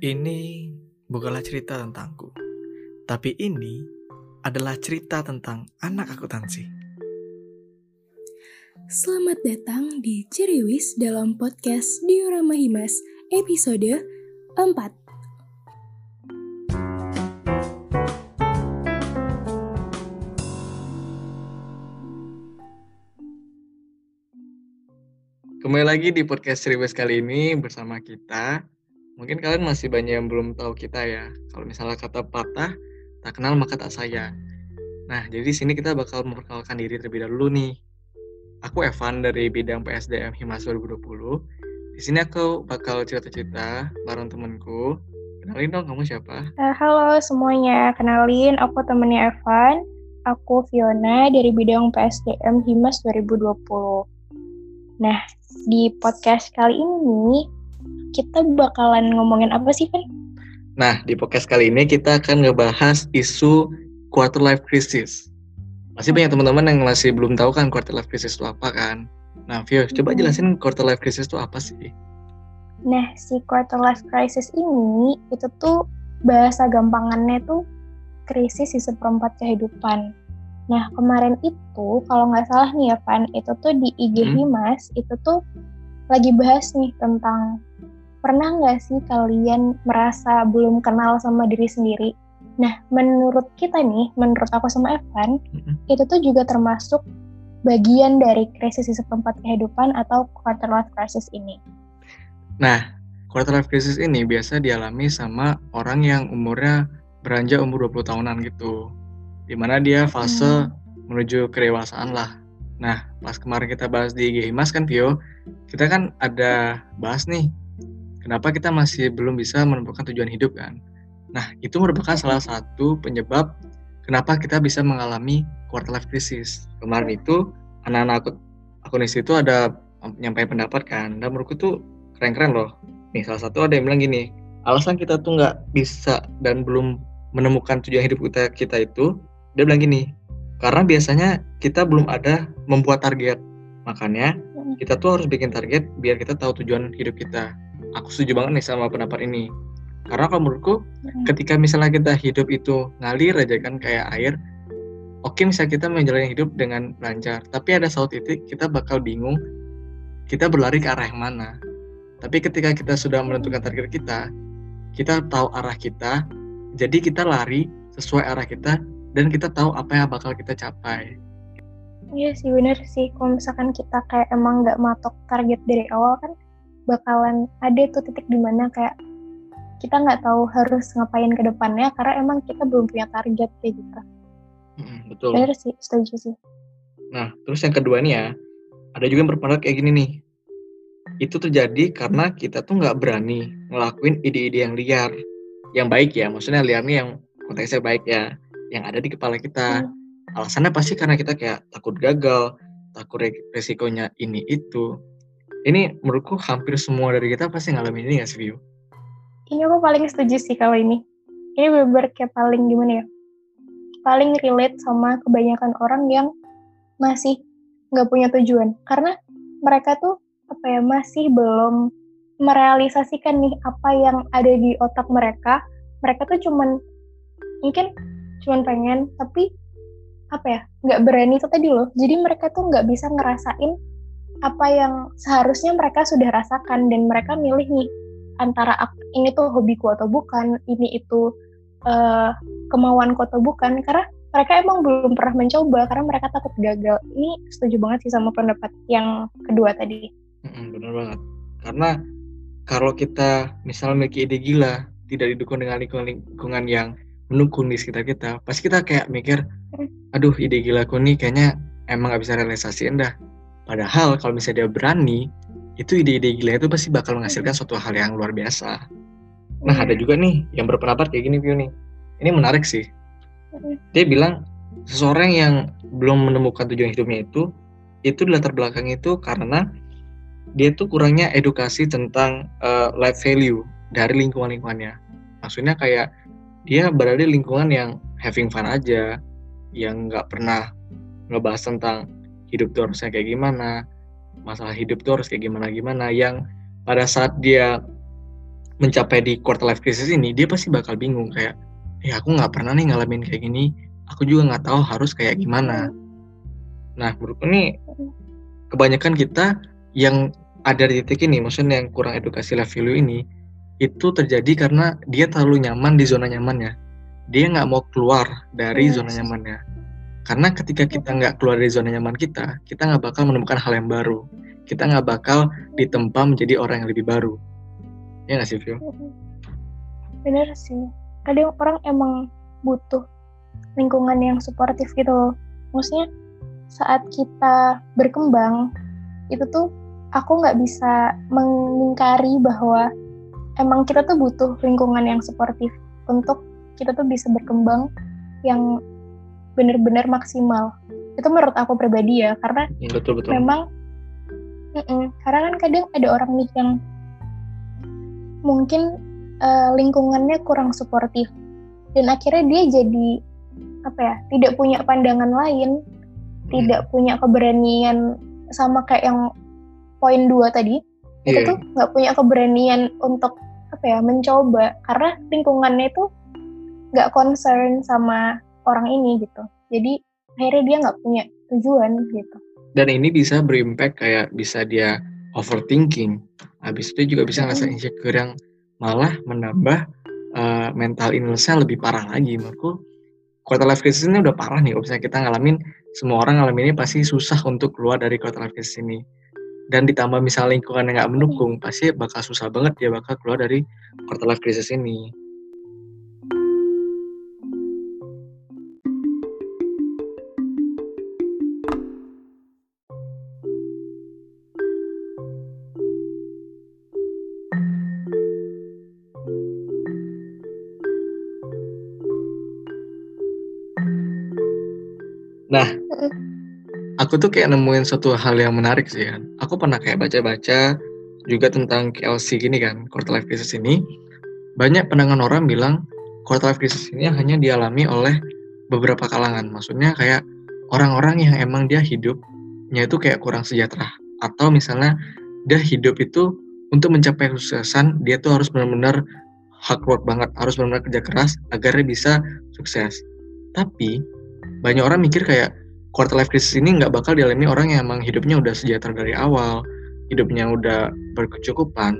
Ini bukanlah cerita tentangku, tapi ini adalah cerita tentang anak akuntansi. Selamat datang di Ciriwis dalam podcast Diorama Himas episode 4. Kembali lagi di podcast Ciriwis kali ini bersama kita. Mungkin kalian masih banyak yang belum tahu kita ya. Kalau misalnya kata patah, tak kenal maka tak sayang. Nah, jadi di sini kita bakal memperkenalkan diri terlebih dahulu nih. Aku Evan dari bidang PSDM Himas 2020. Di sini aku bakal cerita-cerita bareng temanku. Kenalin dong, kamu siapa? Halo semuanya, kenalin aku temennya Evan. Aku Fiona dari bidang PSDM Himas 2020. Nah, di podcast kali ini kita bakalan ngomongin apa sih, Van? Nah, di podcast kali ini kita akan ngebahas isu quarter life crisis. Masih banyak teman-teman yang masih belum tahu kan quarter life crisis itu apa kan? Nah, Vio, coba jelasin quarter life crisis itu apa sih? Nah, si quarter life crisis ini itu tuh bahasa gampangannya tuh krisis di seperempat kehidupan. Nah, kemarin itu kalau nggak salah nih ya, Van, itu tuh di IG Himas itu tuh lagi bahas nih tentang pernah nggak sih kalian merasa belum kenal sama diri sendiri? Nah, menurut kita nih, menurut aku sama Evan, itu tuh juga termasuk bagian dari krisis di seperempat kehidupan atau quarter life crisis ini. Nah, quarter life crisis ini biasa dialami sama orang yang umurnya beranjak umur 20 tahunan gitu. Dimana dia fase menuju kedewasaan lah. Nah, pas kemarin kita bahas di IG Himas kan, Vio, kita kan ada bahas nih, kenapa kita masih belum bisa menemukan tujuan hidup kan. Nah, itu merupakan salah satu penyebab kenapa kita bisa mengalami quarter life crisis. Kemarin itu, anak-anak akuntansi itu ada nyampaikan pendapat kan, dan menurutku tuh keren-keren loh. Nih, salah satu ada yang bilang gini, alasan kita tuh nggak bisa dan belum menemukan tujuan hidup kita itu, dia bilang gini, karena biasanya kita belum ada membuat target. Makanya kita tuh harus bikin target biar kita tahu tujuan hidup kita. Aku setuju banget nih sama pendapat ini. Karena kalau menurutku, ketika misalnya kita hidup itu ngalir aja kan kayak air, oke misalnya kita menjalani hidup dengan lancar, tapi ada suatu titik kita bakal bingung, kita berlari ke arah yang mana. Tapi ketika kita sudah menentukan target kita tahu arah kita, jadi kita lari sesuai arah kita, dan kita tahu apa yang bakal kita capai. Iya sih, benar sih. Kalau misalkan kita kayak emang nggak matok target dari awal kan, bakalan ada tuh titik dimana kayak kita nggak tahu harus ngapain ke depannya karena emang kita belum punya target kayak gitu. Betul. Benar sih, setuju sih. Nah, terus yang kedua nih ya, ada juga yang berpendapat kayak gini nih. Itu terjadi karena kita tuh nggak berani ngelakuin ide-ide yang liar, yang baik ya, maksudnya liar nih yang konteksnya baik ya, yang ada di kepala kita. Alasannya pasti karena kita kayak takut gagal, takut resikonya ini itu. Ini menurutku hampir semua dari kita pasti ngalamin ini nggak sih, View? Ini aku paling setuju sih kalau ini. Ini bener-bener kayak paling gimana ya? Paling relate sama kebanyakan orang yang masih nggak punya tujuan. Karena mereka tuh masih belum merealisasikan nih apa yang ada di otak mereka. Mereka tuh mungkin pengen, tapi nggak berani itu tadi loh. Jadi mereka tuh nggak bisa ngerasain apa yang seharusnya mereka sudah rasakan, dan mereka milih nih antara ini tuh hobiku atau bukan, ini itu kemauanku atau bukan, karena mereka emang belum pernah mencoba karena mereka takut gagal. Ini setuju banget sih sama pendapat yang kedua tadi. Benar banget. Karena kalau kita misalnya memiliki ide gila, tidak didukung dengan lingkungan yang mendukung di sekitar kita, pasti kita kayak mikir, aduh ide gilaku nih kayaknya emang gak bisa realisasiin dah. Padahal kalau misalnya dia berani, itu ide-ide gila itu pasti bakal menghasilkan suatu hal yang luar biasa. Nah, ada juga nih yang berpendapat kayak gini, Vio nih. Ini menarik sih. Dia bilang, seseorang yang belum menemukan tujuan hidupnya itu di latar belakang itu karena dia tuh kurangnya edukasi tentang life value dari lingkungan-lingkungannya. Maksudnya kayak dia berada di lingkungan yang having fun aja, yang nggak pernah ngebahas tentang hidup tuh harusnya kayak gimana, masalah hidup tuh harus kayak gimana, yang pada saat dia mencapai di quarter life crisis ini, dia pasti bakal bingung kayak, aku nggak pernah nih ngalamin kayak gini, aku juga nggak tahu harus kayak gimana. Nah, menurutku nih kebanyakan kita yang ada di titik ini, maksudnya yang kurang edukasi life value ini, itu terjadi karena dia terlalu nyaman di zona nyamannya. Dia nggak mau keluar dari zona nyamannya. Karena ketika kita nggak keluar dari zona nyaman kita nggak bakal menemukan hal yang baru. Kita nggak bakal ditempa menjadi orang yang lebih baru. Ya nggak sih, Vio? Bener sih. Kadang orang emang butuh lingkungan yang suportif gitu loh. Maksudnya saat kita berkembang, itu tuh aku nggak bisa mengingkari bahwa emang kita tuh butuh lingkungan yang suportif untuk kita tuh bisa berkembang yang benar-benar maksimal. Itu menurut aku pribadi ya, karena betul. Memang karena kan kadang ada orang nih yang mungkin lingkungannya kurang suportif dan akhirnya dia jadi tidak punya pandangan lain, tidak punya keberanian, sama kayak yang poin 2 tadi. Itu tuh nggak punya keberanian untuk mencoba karena lingkungannya itu nggak concern sama orang ini gitu. Jadi akhirnya dia nggak punya tujuan gitu. Dan ini bisa berimpact kayak bisa dia overthinking. Habis itu juga bisa ngerasa insecure yang malah menambah mental illness-nya lebih parah lagi. Menurutku quarter life crisis ini udah parah nih. Kalau misalnya kita ngalamin, semua orang ngalamin ini pasti susah untuk keluar dari quarter life crisis ini. Dan ditambah misalnya lingkungan yang nggak mendukung, pasti bakal susah banget dia bakal keluar dari quarter life crisis ini. Nah, aku tuh kayak nemuin suatu hal yang menarik sih kan. Aku pernah kayak baca-baca juga tentang KLC gini kan, quarter life crisis ini. Banyak pandangan orang bilang quarter life crisis ini hanya dialami oleh beberapa kalangan. Maksudnya kayak orang-orang yang emang dia hidupnya itu kayak kurang sejahtera. Atau misalnya dia hidup itu untuk mencapai kesuksesan, dia tuh harus benar-benar hard work banget, harus benar-benar kerja keras agar dia bisa sukses. Tapi banyak orang mikir kayak quarter life crisis ini nggak bakal dialami orang yang emang hidupnya udah sejahtera dari awal, hidupnya udah berkecukupan.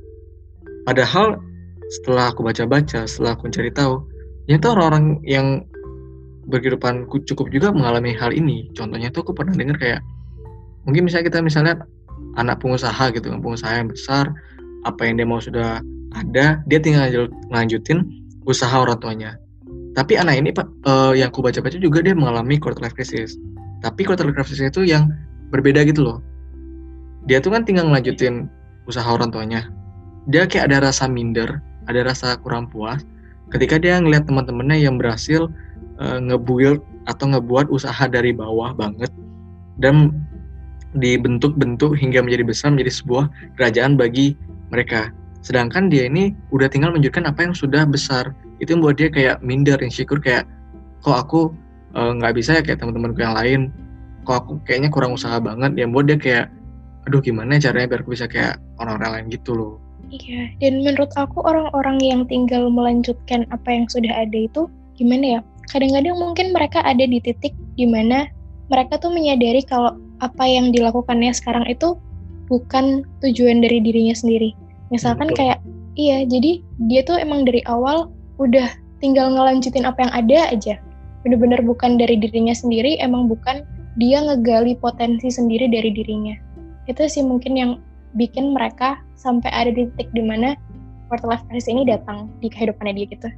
Padahal setelah aku baca-baca, setelah aku cari tahu, ternyata orang-orang yang berkehidupan cukup juga mengalami hal ini. Contohnya tuh aku pernah dengar kayak, mungkin misalnya anak pengusaha gitu, pengusaha yang besar, apa yang dia mau sudah ada, dia tinggal lanjutin usaha orang tuanya. Tapi anak ini yang aku baca-baca juga dia mengalami quarter life crisis. Tapi quarter life crisis itu yang berbeda gitu loh. Dia tuh kan tinggal ngelanjutin usaha orang tuanya. Dia kayak ada rasa minder, ada rasa kurang puas ketika dia ngelihat teman-temannya yang berhasil nge-build atau ngebuat usaha dari bawah banget dan dibentuk-bentuk hingga menjadi besar, menjadi sebuah kerajaan bagi mereka. Sedangkan dia ini udah tinggal menunjukkan apa yang sudah besar. Itu yang buat dia kayak minder, insecure, kayak kok aku nggak bisa ya kayak teman-temanku yang lain, kok aku kayaknya kurang usaha banget. Yang buat dia kayak, aduh gimana caranya biar aku bisa kayak orang-orang lain gitu loh. Iya, dan menurut aku orang-orang yang tinggal melanjutkan apa yang sudah ada itu gimana ya, kadang-kadang mungkin mereka ada di titik dimana mereka tuh menyadari kalau apa yang dilakukannya sekarang itu bukan tujuan dari dirinya sendiri. Misalkan kayak, jadi dia tuh emang dari awal udah tinggal ngelanjutin apa yang ada aja. Bener-bener bukan dari dirinya sendiri, emang bukan dia ngegali potensi sendiri dari dirinya. Itu sih mungkin yang bikin mereka sampai ada di titik dimana quarter life crisis ini datang di kehidupannya dia gitu.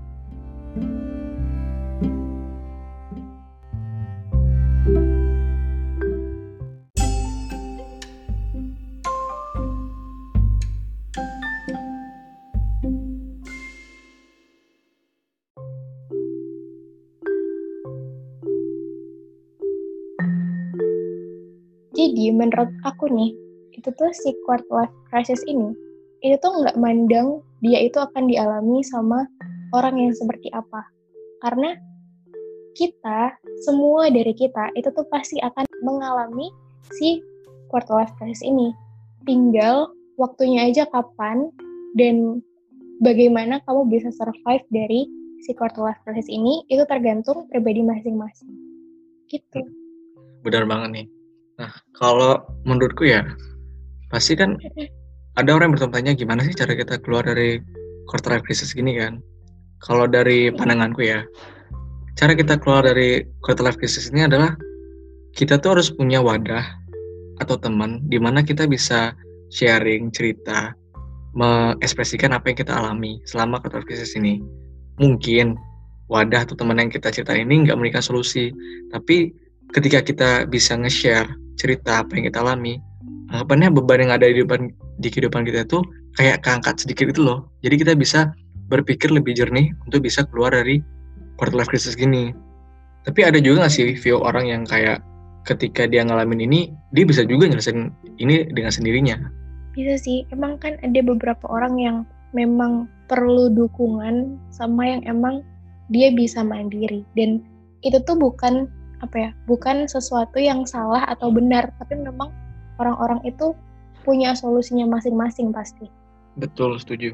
Jadi menurut aku nih, itu tuh si quarter life crisis ini, itu tuh nggak mandang dia itu akan dialami sama orang yang seperti apa. Karena kita, semua dari kita, itu tuh pasti akan mengalami si quarter life crisis ini. Tinggal waktunya aja kapan Dan bagaimana kamu bisa survive dari si quarter life crisis ini, itu tergantung pribadi masing-masing. Gitu. Benar banget nih. Nah, kalau menurutku ya, pasti kan ada orang yang bertanya gimana sih cara kita keluar dari quarter life crisis gini kan. Kalau dari pandanganku ya, cara kita keluar dari quarter life crisis ini adalah kita tuh harus punya wadah atau teman di mana kita bisa sharing cerita, mengekspresikan apa yang kita alami selama quarter life crisis ini. Mungkin wadah atau teman yang kita ceritain ini nggak memberikan solusi, tapi ketika kita bisa nge-share cerita apa yang kita alami, anggapannya beban yang ada di kehidupan kita itu kayak keangkat sedikit itu loh. Jadi kita bisa berpikir lebih jernih untuk bisa keluar dari quarter life crisis gini. Tapi ada juga nggak sih view orang yang kayak ketika dia ngalamin ini, dia bisa juga nyelesain ini dengan sendirinya? Bisa sih, emang kan ada beberapa orang yang memang perlu dukungan sama yang emang dia bisa mandiri. Dan itu tuh bukan bukan sesuatu yang salah atau benar, tapi memang orang-orang itu punya solusinya masing-masing pasti. Betul, setuju.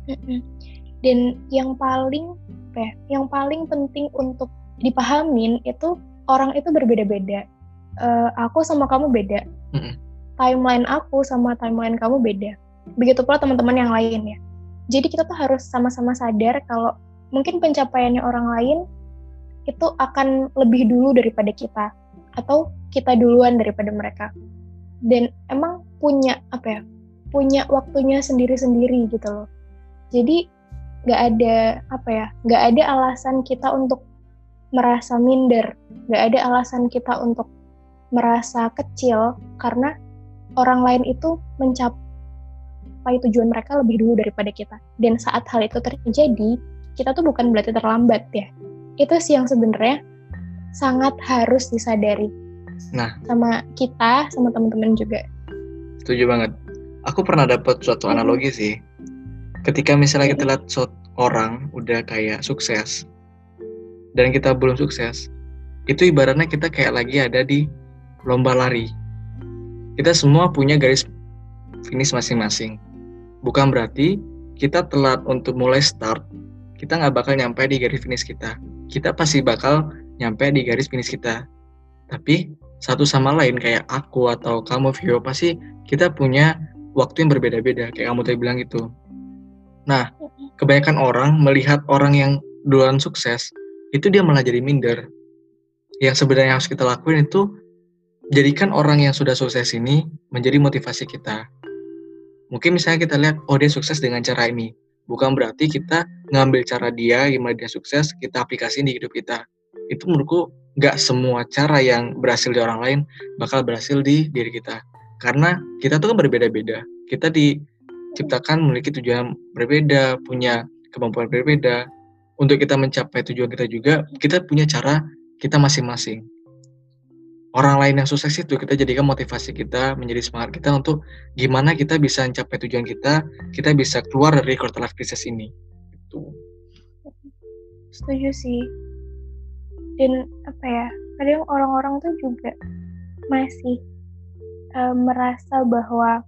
Dan yang paling penting untuk dipahamin itu orang itu berbeda-beda. Aku sama kamu beda. Timeline aku sama timeline kamu beda. Begitu pula teman-teman yang lain ya. Jadi kita tuh harus sama-sama sadar kalau mungkin pencapaiannya orang lain itu akan lebih dulu daripada kita, atau kita duluan daripada mereka. Dan emang punya waktunya sendiri-sendiri gitu loh. Jadi nggak ada alasan kita untuk merasa minder, nggak ada alasan kita untuk merasa kecil karena orang lain itu mencapai tujuan mereka lebih dulu daripada kita. Dan saat hal itu terjadi, kita tuh bukan berarti terlambat ya. Itu sih yang sebenarnya sangat harus disadari. Nah, sama kita, sama teman-teman juga. Setuju banget. Aku pernah dapat suatu analogi sih. Ketika misalnya kita lihat orang udah kayak sukses dan kita belum sukses, itu ibaratnya kita kayak lagi ada di lomba lari. Kita semua punya garis finish masing-masing. Bukan berarti kita telat untuk mulai start, kita nggak bakal nyampe di garis finish kita. Kita pasti bakal nyampe di garis finish kita. Tapi satu sama lain kayak aku atau kamu Vio, pasti kita punya waktu yang berbeda-beda kayak kamu tadi bilang gitu. Nah, kebanyakan orang melihat orang yang duluan sukses, itu dia malah jadi minder. Yang sebenarnya harus kita lakuin itu jadikan orang yang sudah sukses ini menjadi motivasi kita. Mungkin misalnya kita lihat, oh dia sukses dengan cara ini. Bukan berarti kita ngambil cara dia, gimana dia sukses, kita aplikasiin di hidup kita. Itu menurutku nggak semua cara yang berhasil di orang lain bakal berhasil di diri kita. Karena kita tuh kan berbeda-beda. Kita diciptakan memiliki tujuan berbeda, punya kemampuan berbeda. Untuk kita mencapai tujuan kita juga, kita punya cara kita masing-masing. Orang lain yang sukses itu kita jadikan motivasi kita, menjadi semangat kita untuk gimana kita bisa mencapai tujuan kita bisa keluar dari quarter life crisis ini. Itu. Setuju sih. Dan kadang orang-orang tuh juga masih merasa bahwa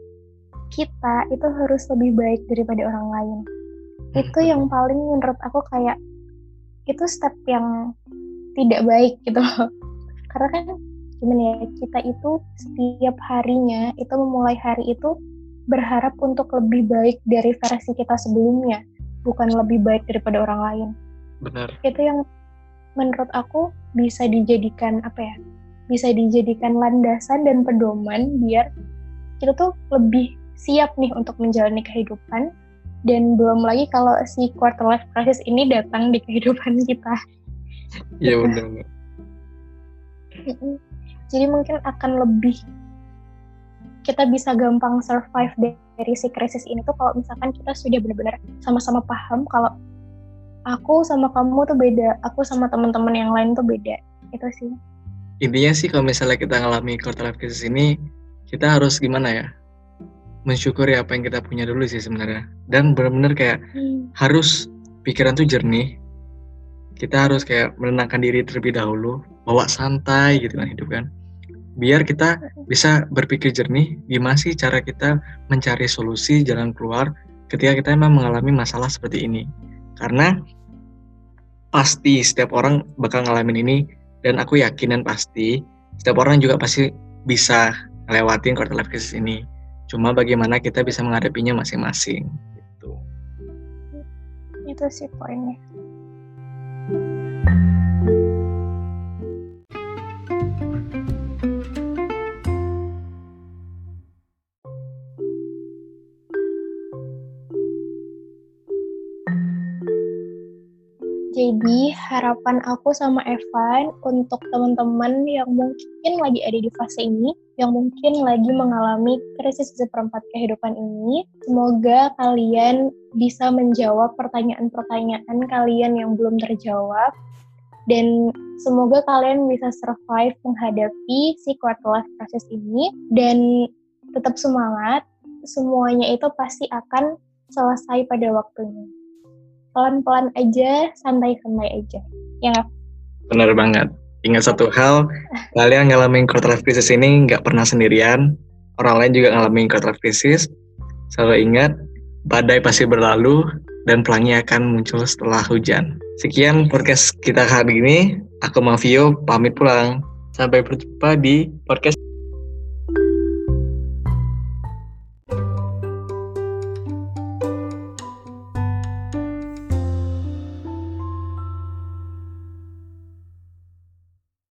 kita itu harus lebih baik daripada orang lain. Itu yang paling menurut aku kayak itu step yang tidak baik gitu loh. Karena kan gimana ya, kita itu setiap harinya itu memulai hari itu berharap untuk lebih baik dari versi kita sebelumnya, bukan lebih baik daripada orang lain. Benar. Itu yang menurut aku bisa dijadikan landasan dan pedoman biar kita tuh lebih siap nih untuk menjalani kehidupan. Dan belum lagi kalau si quarter life crisis ini datang di kehidupan kita. Iya benar. Jadi mungkin akan lebih kita bisa gampang survive dari si krisis ini tuh kalau misalkan kita sudah benar-benar sama-sama paham kalau aku sama kamu tuh beda, aku sama teman-teman yang lain tuh beda. Itu sih. Intinya sih kalau misalnya kita ngalami quarter life crisis ini, kita harus gimana ya? Mensyukuri apa yang kita punya dulu sih sebenarnya. Dan benar-benar kayak harus pikiran tuh jernih. Kita harus kayak menenangkan diri terlebih dahulu, bawa santai gitu kan hidup kan. Biar kita bisa berpikir jernih, gimana sih cara kita mencari solusi jalan keluar ketika kita memang mengalami masalah seperti ini. Karena pasti setiap orang bakal ngalamin ini, dan aku yakin dan pasti setiap orang juga pasti bisa ngelewatin quarter life crisis ini. Cuma bagaimana kita bisa menghadapinya masing-masing gitu. Itu sih poinnya. Jadi harapan aku sama Evan untuk teman-teman yang mungkin lagi ada di fase ini, yang mungkin lagi mengalami krisis seperempat kehidupan ini, semoga kalian bisa menjawab pertanyaan-pertanyaan kalian yang belum terjawab, dan semoga kalian bisa survive menghadapi si quarter life crisis ini, dan tetap semangat, semuanya itu pasti akan selesai pada waktunya. Pelan-pelan aja, santai-santai aja. Ya nggak? Benar banget. Ingat satu hal, kalian ngalamin quarter life crisis ini nggak pernah sendirian. Orang lain juga ngalamin quarter life crisis. Selalu ingat, badai pasti berlalu dan pelangi akan muncul setelah hujan. Sekian podcast kita hari ini. Aku Mavio, pamit pulang. Sampai berjumpa di podcast